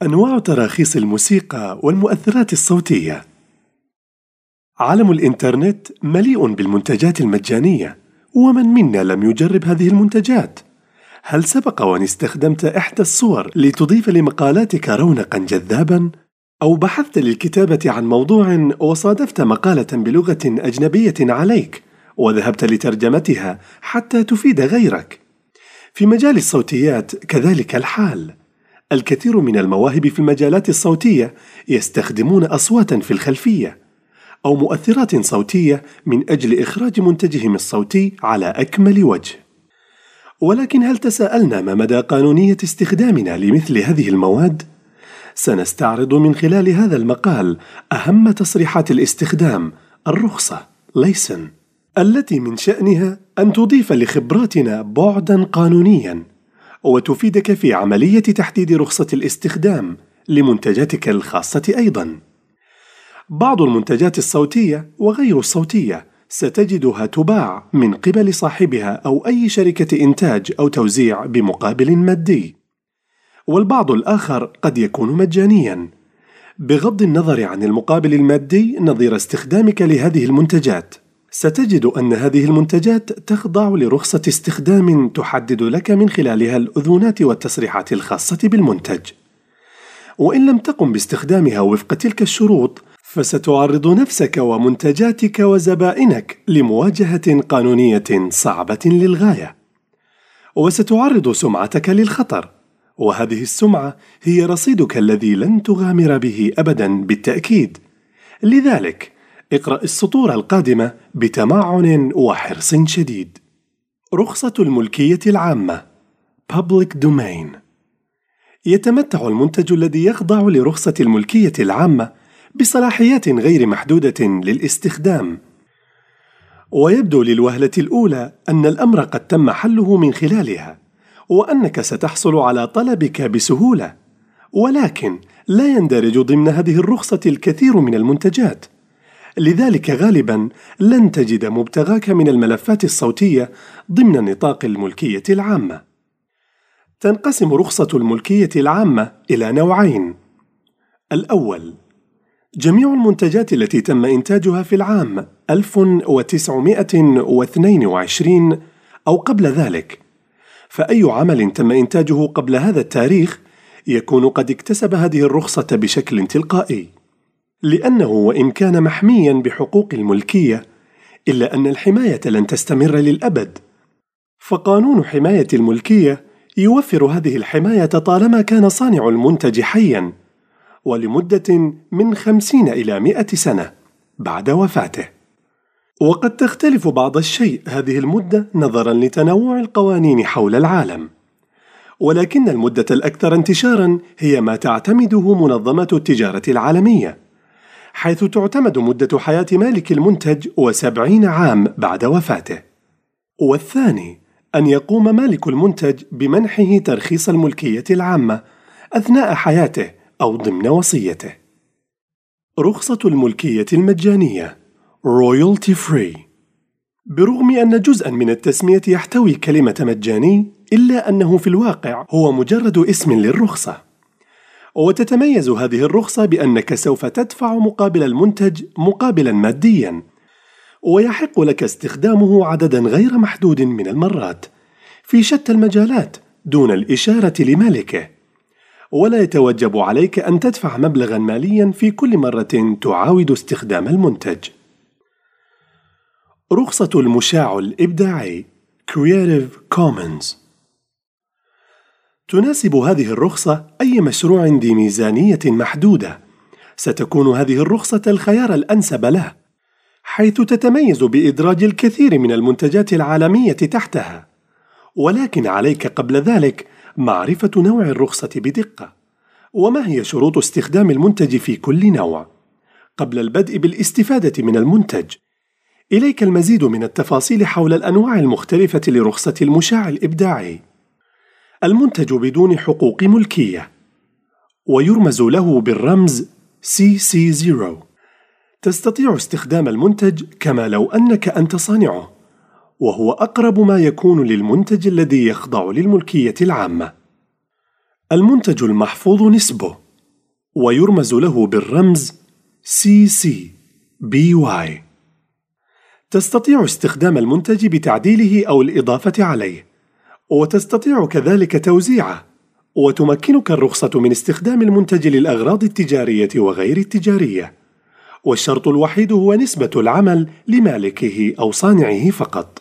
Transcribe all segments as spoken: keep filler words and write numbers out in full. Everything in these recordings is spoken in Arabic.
أنواع تراخيص الموسيقى والمؤثرات الصوتية. عالم الإنترنت مليء بالمنتجات المجانية، ومن منا لم يجرب هذه المنتجات؟ هل سبق وأن استخدمت إحدى الصور لتضيف لمقالاتك رونقاً جذاباً؟ أو بحثت للكتابة عن موضوع وصادفت مقالة بلغة أجنبية عليك وذهبت لترجمتها حتى تفيد غيرك؟ في مجال الصوتيات كذلك الحال. الكثير من المواهب في المجالات الصوتية يستخدمون أصواتاً في الخلفية أو مؤثرات صوتية من أجل إخراج منتجهم الصوتي على أكمل وجه. ولكن هل تساءلنا ما مدى قانونية استخدامنا لمثل هذه المواد؟ سنستعرض من خلال هذا المقال أهم تصريحات الاستخدام، الرخصة (license), التي من شأنها أن تضيف لخبراتنا بعداً قانونياً وتفيدك في عملية تحديد رخصة الاستخدام لمنتجاتك الخاصة أيضاً. بعض المنتجات الصوتية وغير الصوتية ستجدها تباع من قبل صاحبها أو أي شركة إنتاج أو توزيع بمقابل مادي، والبعض الآخر قد يكون مجانياً. بغض النظر عن المقابل المادي نظير استخدامك لهذه المنتجات، ستجد أن هذه المنتجات تخضع لرخصة استخدام تحدد لك من خلالها الأذونات والتصريحات الخاصة بالمنتج. وإن لم تقم باستخدامها وفق تلك الشروط، فستعرض نفسك ومنتجاتك وزبائنك لمواجهة قانونية صعبة للغاية، وستعرض سمعتك للخطر، وهذه السمعة هي رصيدك الذي لن تغامر به أبدا بالتأكيد. لذلك اقرأ السطور القادمة بتمعن وحرص شديد. رخصة الملكية العامة Public Domain. يتمتع المنتج الذي يخضع لرخصة الملكية العامة بصلاحيات غير محدودة للاستخدام، ويبدو للوهلة الأولى أن الأمر قد تم حله من خلالها، وأنك ستحصل على طلبك بسهولة، ولكن لا يندرج ضمن هذه الرخصة الكثير من المنتجات. لذلك غالباً لن تجد مبتغاك من الملفات الصوتية ضمن نطاق الملكية العامة. تنقسم رخصة الملكية العامة إلى نوعين. الأول، جميع المنتجات التي تم إنتاجها في العام ألف وتسعمائة واثنين وعشرين أو قبل ذلك، فأي عمل تم إنتاجه قبل هذا التاريخ يكون قد اكتسب هذه الرخصة بشكل تلقائي، لأنه وإن كان محمياً بحقوق الملكية إلا أن الحماية لن تستمر للأبد، فقانون حماية الملكية يوفر هذه الحماية طالما كان صانع المنتج حياً ولمدة من خمسين إلى مئة سنة بعد وفاته. وقد تختلف بعض الشيء هذه المدة نظراً لتنوع القوانين حول العالم، ولكن المدة الأكثر انتشاراً هي ما تعتمده منظمة التجارة العالمية، حيث تعتمد مدة حياة مالك المنتج وسبعين عام بعد وفاته. والثاني، أن يقوم مالك المنتج بمنحه ترخيص الملكية العامة أثناء حياته أو ضمن وصيته. رخصة الملكية المجانية Royalty Free. برغم أن جزءاً من التسمية يحتوي كلمة مجاني، إلا أنه في الواقع هو مجرد اسم للرخصة، وتتميز هذه الرخصة بأنك سوف تدفع مقابل المنتج مقابلاً مادياً، ويحق لك استخدامه عدداً غير محدود من المرات في شتى المجالات دون الإشارة لمالكه، ولا يتوجب عليك أن تدفع مبلغاً مالياً في كل مرة تعاود استخدام المنتج. رخصة المشاع الإبداعي Creative Commons. تناسب هذه الرخصة أي مشروع ذي ميزانية محدودة. ستكون هذه الرخصة الخيار الأنسب له، حيث تتميز بإدراج الكثير من المنتجات العالمية تحتها، ولكن عليك قبل ذلك معرفة نوع الرخصة بدقة، وما هي شروط استخدام المنتج في كل نوع قبل البدء بالاستفادة من المنتج. إليك المزيد من التفاصيل حول الأنواع المختلفة لرخصة المشاع الإبداعي. المنتج بدون حقوق ملكية، ويرمز له بالرمز سي سي صفر. تستطيع استخدام المنتج كما لو أنك أنت صانعه، وهو أقرب ما يكون للمنتج الذي يخضع للملكية العامة. المنتج المحفوظ نسبه ويرمز له بالرمز سي سي بي واي. تستطيع استخدام المنتج بتعديله أو الإضافة عليه، وتستطيع كذلك توزيعه، وتمكنك الرخصة من استخدام المنتج للأغراض التجارية وغير التجارية، والشرط الوحيد هو نسبة العمل لمالكه أو صانعه فقط.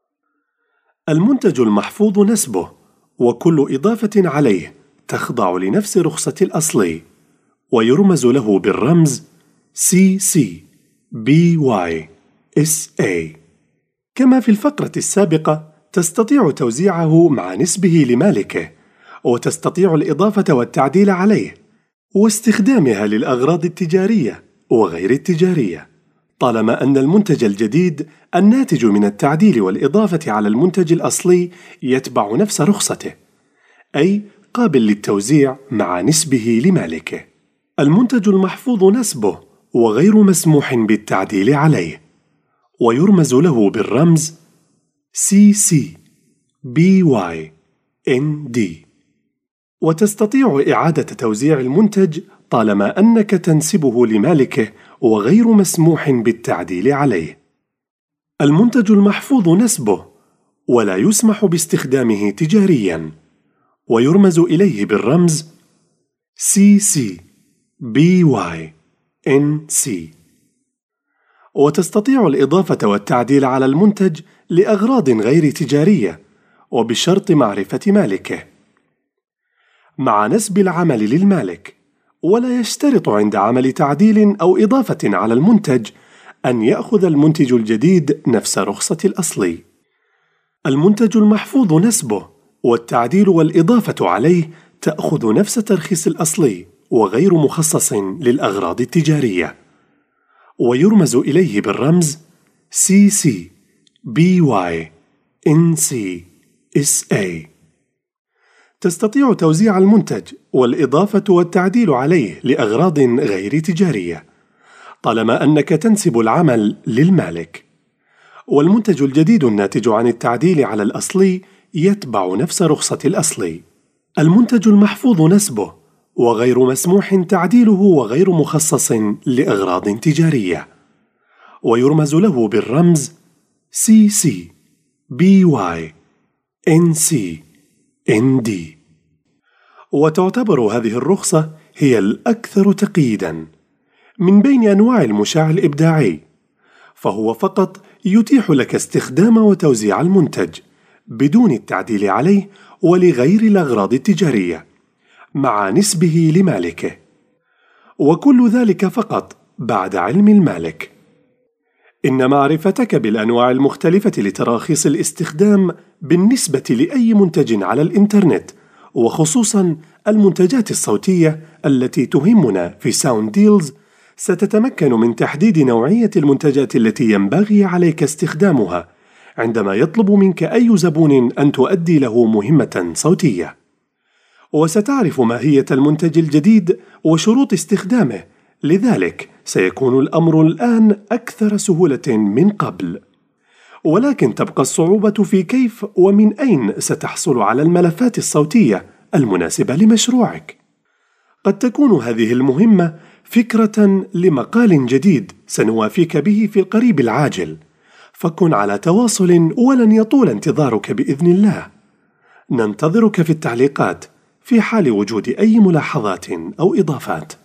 المنتج المحفوظ نسبه، وكل إضافة عليه تخضع لنفس رخصة الأصلي، ويرمز له بالرمز سي سي بي واي إس إيه. كما في الفقرة السابقة، تستطيع توزيعه مع نسبه لمالكه، وتستطيع الإضافة والتعديل عليه، واستخدامها للأغراض التجارية وغير التجارية، طالما أن المنتج الجديد الناتج من التعديل والإضافة على المنتج الأصلي يتبع نفس رخصته، أي قابل للتوزيع مع نسبه لمالكه. المنتج المحفوظ نسبه وغير مسموح بالتعديل عليه، ويرمز له بالرمز سي سي بي واي إن دي. وتستطيع إعادة توزيع المنتج طالما أنك تنسبه لمالكه وغير مسموح بالتعديل عليه. المنتج المحفوظ نسبه ولا يسمح باستخدامه تجارياً، ويرمز إليه بالرمز سي سي بي واي إن سي. وتستطيع الإضافة والتعديل على المنتج لأغراض غير تجارية، وبشرط معرفة مالكه مع نسب العمل للمالك، ولا يشترط عند عمل تعديل أو إضافة على المنتج أن يأخذ المنتج الجديد نفس رخصة الأصلي. المنتج المحفوظ نسبه والتعديل والإضافة عليه تأخذ نفس ترخيص الأصلي وغير مخصص للأغراض التجارية، ويرمز إليه بالرمز سي سي بي واي إن سي إس إيه. تستطيع توزيع المنتج والإضافة والتعديل عليه لأغراض غير تجارية، طالما أنك تنسب العمل للمالك، والمنتج الجديد الناتج عن التعديل على الأصلي يتبع نفس رخصة الأصلي. المنتج المحفوظ نسبه وغير مسموح تعديله وغير مخصص لأغراض تجارية، ويرمز له بالرمز سي سي بي واي إن سي إن دي. وتعتبر هذه الرخصة هي الأكثر تقييداً من بين أنواع المشاع الإبداعي، فهو فقط يتيح لك استخدام وتوزيع المنتج بدون التعديل عليه ولغير الأغراض التجارية مع نسبه لمالكه، وكل ذلك فقط بعد علم المالك. إن معرفتك بالأنواع المختلفة لتراخيص الاستخدام بالنسبة لأي منتج على الإنترنت، وخصوصاً المنتجات الصوتية التي تهمنا في ساوند ديلز، ستتمكن من تحديد نوعية المنتجات التي ينبغي عليك استخدامها عندما يطلب منك أي زبون أن تؤدي له مهمة صوتية، وستعرف ماهية المنتج الجديد وشروط استخدامه. لذلك سيكون الأمر الآن أكثر سهولة من قبل، ولكن تبقى الصعوبة في كيف ومن أين ستحصل على الملفات الصوتية المناسبة لمشروعك. قد تكون هذه المهمة فكرة لمقال جديد سنوافيك به في القريب العاجل، فكن على تواصل ولن يطول انتظارك بإذن الله. ننتظرك في التعليقات في حال وجود أي ملاحظات أو إضافات.